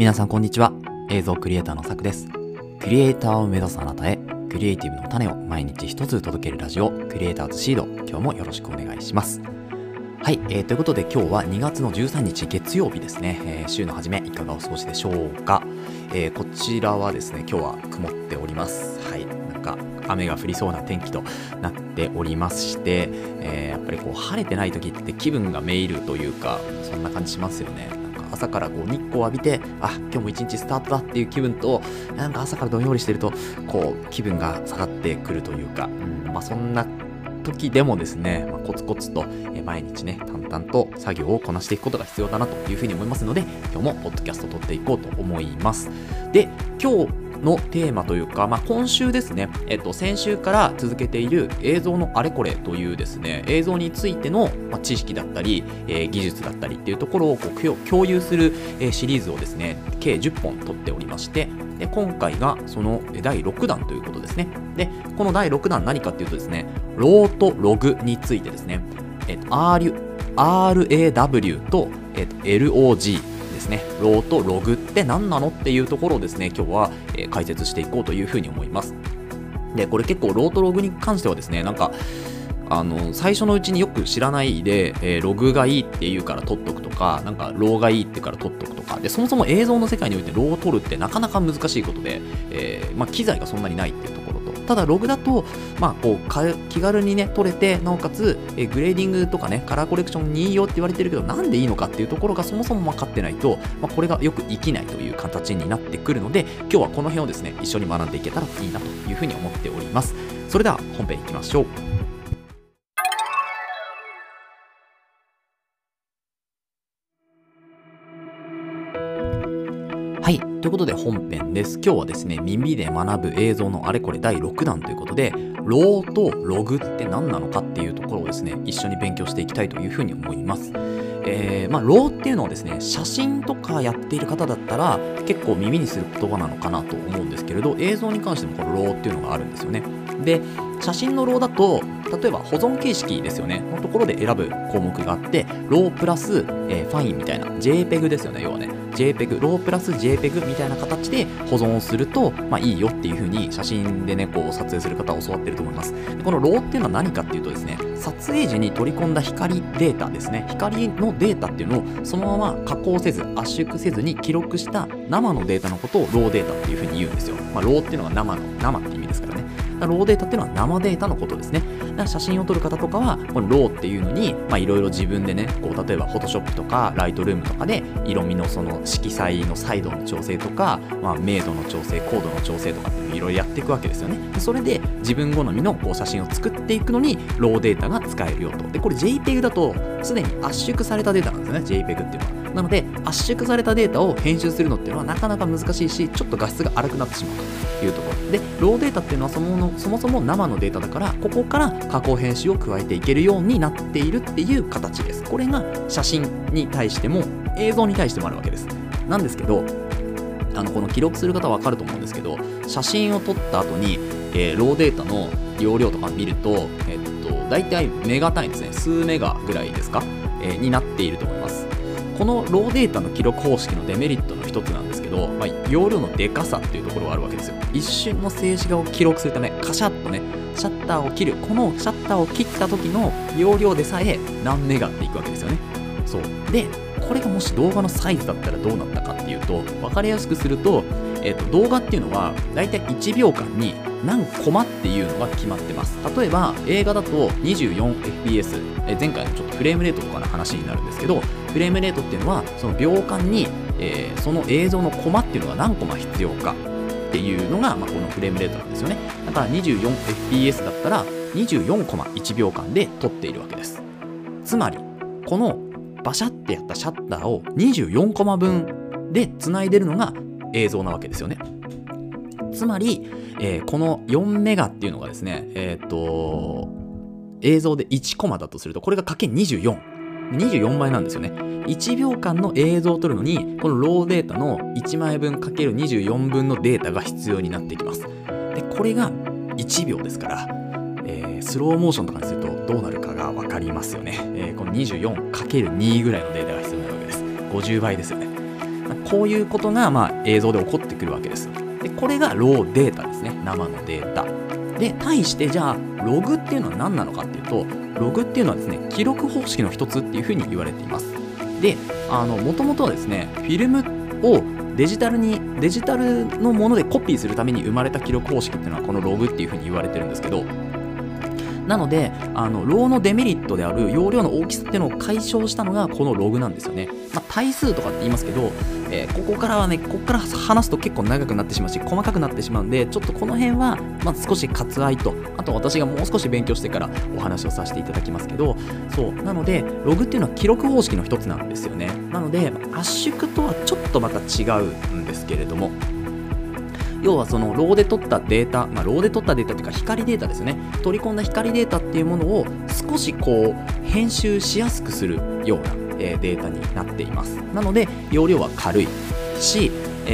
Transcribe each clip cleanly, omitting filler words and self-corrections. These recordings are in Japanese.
皆さんこんにちは。映像クリエイターのさくです。クリエイターを目指すあなたへ、クリエイティブの種を毎日一つ届けるラジオ、クリエイターズシード。今日もよろしくお願いします。はい、ということで今日は2月の13日月曜日ですね。週の初めいかがお過ごしでしょうか。こちらはですね、今日は曇っております。はい、なんか雨が降りそうな天気となっておりまして、やっぱりこう晴れてない時って気分がめいるというか、そんな感じしますよね。朝からこう日光を浴びて、今日も一日スタートだっていう気分と、なんか朝からどんよりしてるとこう気分が下がってくるというか、そんな時でもですね、コツコツと毎日ね淡々と作業をこなしていくことが必要だなというふうに思いますので、今日もポッドキャストを撮っていこうと思います。で、今日のテーマというか、今週ですね、先週から続けている映像のあれこれというですね、映像についての知識だったり、技術だったりっていうところをこう共有するシリーズをですね、計10本撮っておりまして、で今回がその第6弾ということですね。で、この第6弾何かっていうとですね、ローとログについてですね、RAW と、LOGですね、ローとログって何なのっていうところをですね、今日は、解説していこうというふうに思います。で、これ結構ローとログに関してはですね、なんか最初のうちによく知らないで、ログがいいっていうから取っとくとか、なんかローがいいってから取っとくとかで、そもそも映像の世界においてローを取るってなかなか難しいことで、機材がそんなにないっていうところと、ただログだとこう気軽にね取れて、なおかつ、グレーディングとかねカラーコレクションにいいよって言われてるけど、なんでいいのかっていうところがそもそも分かってないと、これがよく生きないという形になってくるので、今日はこの辺をですね一緒に学んでいけたらいいなというふうに思っております。それでは本編いきましょう。はい、ということで本編です。今日はですね、耳で学ぶ映像のあれこれ第6弾ということで、ローとログって何なのかっていうところをですね、一緒に勉強していきたいというふうに思います。ローっていうのはですね、写真とかやっている方だったら結構耳にする言葉なのかなと思うんですけれど、映像に関してもこのローっていうのがあるんですよね。で、写真のローだと、例えば保存形式ですよねのところで選ぶ項目があって、ロープラス、ファインみたいな JPEG ですよね。要はね JPEG、ロープラス JPEG みたいな形で保存をすると、いいよっていう風に写真でねこう撮影する方は教わってると思います。で、このローっていうのは何かっていうとですね、撮影時に取り込んだ光データですね。光のデータっていうのをそのまま加工せず圧縮せずに記録した生のデータのことをローデータっていう風に言うんですよ。ローっていうのは生って意味ですからね。ローデータっていうのは生データのことですね。だから写真を撮る方とかはこのローっていうのにいろいろ自分でねこう例えばフォトショップとかライトルームとかで色味のその色彩の彩度の調整とか、明度の調整、高度の調整とかっていうのをいろいろやっていくわけですよね。それで自分好みのこう写真を作っていくのにローデータが使えるよと。で、これ JPEG だとすでに圧縮されたデータなんですよね、 JPEG っていうのは。なので圧縮されたデータを編集するのっていうのはなかなか難しいし、ちょっと画質が荒くなってしまうというところで、ローデータっていうのはそもそも生のデータだから、ここから加工編集を加えていけるようになっているっていう形です。これが写真に対しても映像に対してもあるわけです。なんですけど、この記録する方は分かると思うんですけど、写真を撮った後に、ローデータの容量とか見ると、だいたいメガ単位ですね、数メガぐらいですか、になっていると思います。このローデータの記録方式のデメリットの一つなんですけど、容量のでかさっていうところがあるわけですよ。一瞬の静止画を記録するため、カシャッとねシャッターを切る、このシャッターを切った時の容量でさえ何メガっていくわけですよね。そうで、これがもし動画のサイズだったらどうなったかっていうと、分かりやすくすると、動画っていうのはだいたい1秒間に何コマっていうのが決まってます。例えば映画だと 24fps、前回のちょっとフレームレートとかの話になるんですけど、フレームレートっていうのはその秒間に、その映像のコマっていうのが何コマ必要かっていうのが、このフレームレートなんですよね。だから 24fps だったら24コマ1秒間で撮っているわけです。つまりこのバシャってやったシャッターを24コマ分で繋いでるのが映像なわけですよね。つまり、この4メガっていうのがですね、映像で1コマだとすると、これがかけ24倍なんですよね。1秒間の映像を撮るのに、このローデータの1枚分かける24分のデータが必要になってきます。で、これが1秒ですから、スローモーションとかにするとどうなるかが分かりますよね。この 24×2 ぐらいのデータが必要になるわけです。50倍ですよね。 こういうことが映像で起こってくるわけです。でこれがローデータですね。生のデータで、対してじゃあログっていうのは何なのかっていうと、ログっていうのはですね、記録方式の一つっていうふうに言われています。でもともとはですね、フィルムをデジタルのものでコピーするために生まれた記録方式っていうのはこのログっていうふうに言われてるんですけど、なのでローのデメリットである容量の大きさっていうのを解消したのがこのログなんですよね。対数とかって言いますけど、ここから話すと結構長くなってしまうし細かくなってしまうんで、ちょっとこの辺は少し割愛と、あと私がもう少し勉強してからお話をさせていただきますけど、そうなのでログっていうのは記録方式の一つなんですよね。なので圧縮とはちょっとまた違うんですけれども、要はそのローで取ったデータ、ローで取ったデータというか光データですよね。取り込んだ光データっていうものを少し編集しやすくするようなデータになっています。なので容量は軽いし、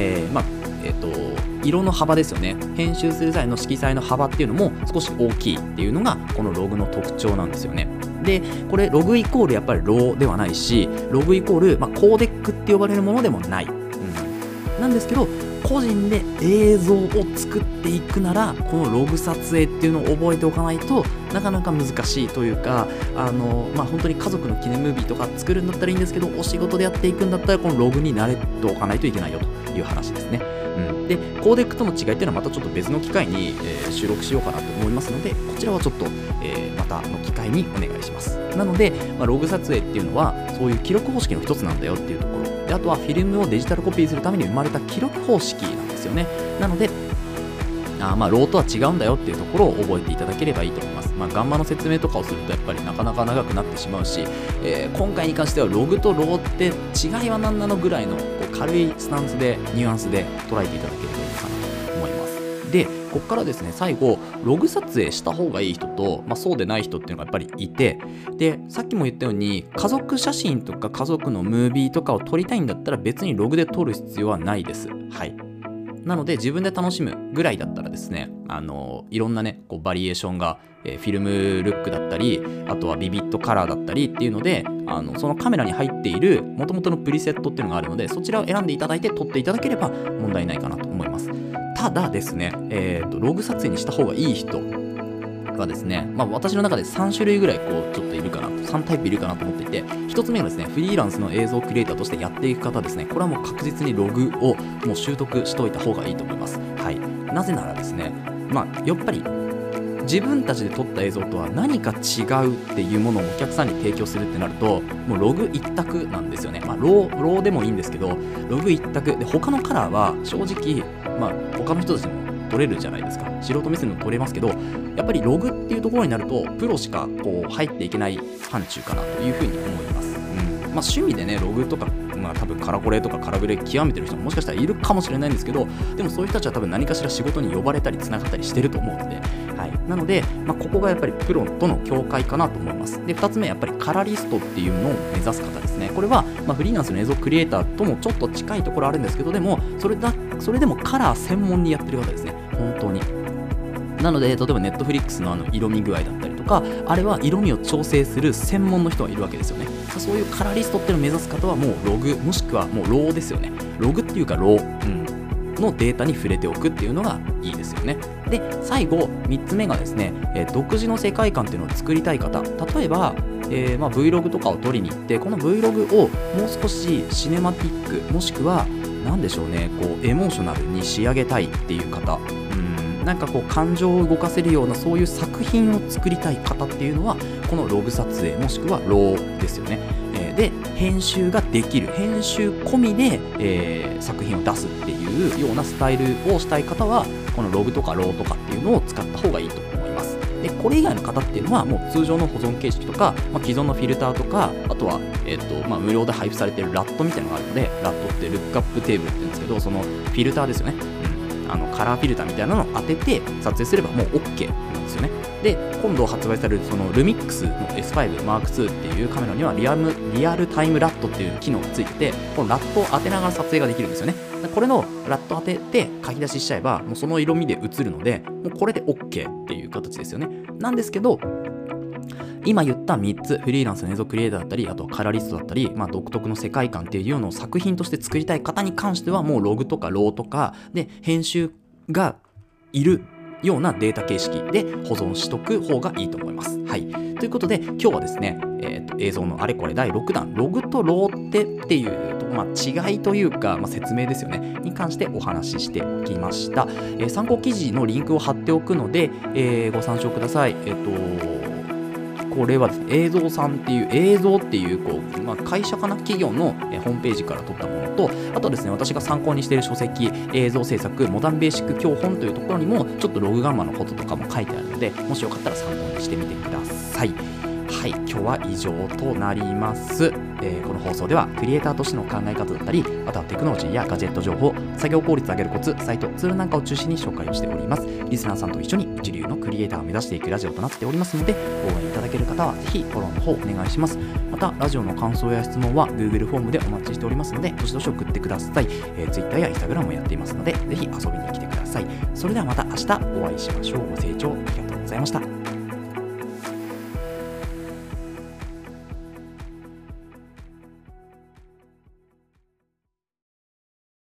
色の幅ですよね。編集する際の色彩の幅っていうのも少し大きいっていうのがこのログの特徴なんですよね。でこれログイコールやっぱりローではないし、ログイコール、コーデックって呼ばれるものでもない、なんですけど、個人で映像を作っていくならこのログ撮影っていうのを覚えておかないとなかなか難しいというか、本当に家族の記念ムービーとか作るんだったらいいんですけど、お仕事でやっていくんだったらこのログに慣れておかないといけないよという話ですね。でコーデックとの違いっていうのはまたちょっと別の機会に、収録しようかなと思いますので、こちらはちょっと、またの機会にお願いします。なので、ログ撮影っていうのはそういう記録方式の一つなんだよっていうところで、あとはフィルムをデジタルコピーするために生まれた記録方式なんですよね。なのでローとは違うんだよっていうところを覚えていただければいいと思います。ガンマの説明とかをするとやっぱりなかなか長くなってしまうし、今回に関してはログとローって違いは何なのぐらいの軽いスタンスでニュアンスで捉えていただければいいかなと思います。でここからですね、最後ログ撮影した方がいい人と、そうでない人っていうのがやっぱりいて、でさっきも言ったように家族写真とか家族のムービーとかを撮りたいんだったら別にログで撮る必要はないです。はい。なので自分で楽しむぐらいだったらですね、いろんなねバリエーションが、フィルムルックだったり、あとはビビットカラーだったりっていうので、そのカメラに入っている元々のプリセットっていうのがあるので、そちらを選んでいただいて撮っていただければ問題ないかなと思います。ただですね、ログ撮影にした方がいい人はですね、私の中で3種類ぐらいちょっといるかなと、3タイプいるかなと思っていて、1つ目がですね、フリーランスの映像クリエイターとしてやっていく方ですね。これはもう確実にログをもう習得しておいた方がいいと思います。はい。なぜならですね、やっぱり自分たちで撮った映像とは何か違うっていうものをお客さんに提供するってなると、もうログ一択なんですよね。ローでもいいんですけど、ログ一択で他のカラーは正直他の人たちも撮れるじゃないですか。素人目線でも撮れますけど、やっぱりログっていうところになるとプロしか入っていけない範疇かなというふうに思います。趣味でねログとか、多分カラコレとかカラグレ極めてる人ももしかしたらいるかもしれないんですけど、でもそういう人たちは多分何かしら仕事に呼ばれたり繋がったりしてると思うので、はい。なので、ここがやっぱりプロとの境界かなと思います。で、2つ目やっぱりカラリストっていうのを目指す方ですね。これは、フリーランスの映像クリエイターともちょっと近いところあるんですけど、でもそれでもカラー専門にやってる方ですね。本当に。なので例えばネットフリックスの色味具合だったりとか、あれは色味を調整する専門の人がいるわけですよね。そういうカラリストっていうのを目指す方はもうログもしくはもうローですよね。ログっていうかロー、のデータに触れておくっていうのがいいですよね。で最後3つ目がですね、独自の世界観っていうのを作りたい方、例えばVlog とかを撮りに行って、この Vlog をもう少しシネマティックもしくは何でしょうね、エモーショナルに仕上げたいっていう方、なんか感情を動かせるようなそういう作品を作りたい方っていうのはこのログ撮影もしくはローですよね。で編集ができる、編集込みで、作品を出すっていうようなスタイルをしたい方はこのログとかローとかっていうのを使った方がいいと思います。でこれ以外の方っていうのはもう通常の保存形式とか、既存のフィルターとか、あとは、無料で配布されているラットみたいなのがあるので、ラットってルックアップテーブルって言うんですけど、そのフィルターですよね。カラーフィルターみたいなのを当てて撮影すればもう OK なんですよね。で今度発売されるそのルミックスの S5 M2 っていうカメラにはリアルタイムラットっていう機能がついてて、このラットを当てながら撮影ができるんですよね。これのラット当てて書き出ししちゃえばもうその色味で映るので、もうこれで OK っていう形ですよね。なんですけど今言った3つ、フリーランスの映像クリエイターだったり、あとはカラーリストだったり、独特の世界観っていうのを作品として作りたい方に関しては、もうログとかローとかで編集がいるようなデータ形式で保存しとく方がいいと思います。はい。ということで、今日はですね、映像のあれこれ第6弾、ログとローっていう違いというか、説明ですよね、に関してお話ししておきました。参考記事のリンクを貼っておくので、ご参照ください。これはですね、映像さんっていう、映像っていう、会社かな、企業のホームページから撮ったものと、あとですね、私が参考にしている書籍、映像制作モダンベーシック教本というところにも、ちょっとログガンマのこととかも書いてあるので、もしよかったら参考にしてみてください。はい、今日は以上となります。この放送ではクリエイターとしての考え方だったり、あとはテクノロジーやガジェット情報、作業効率を上げるコツ、サイト、ツールなんかを中心に紹介をしております。リスナーさんと一緒に一流のクリエイターを目指していくラジオとなっておりますので、応援いただける方はぜひフォローの方お願いします。またラジオの感想や質問は Google フォームでお待ちしておりますので、どしどし送ってください。Twitter や Instagram もやっていますので、ぜひ遊びに来てください。それではまた明日お会いしましょう。ご清聴ありがとうございました。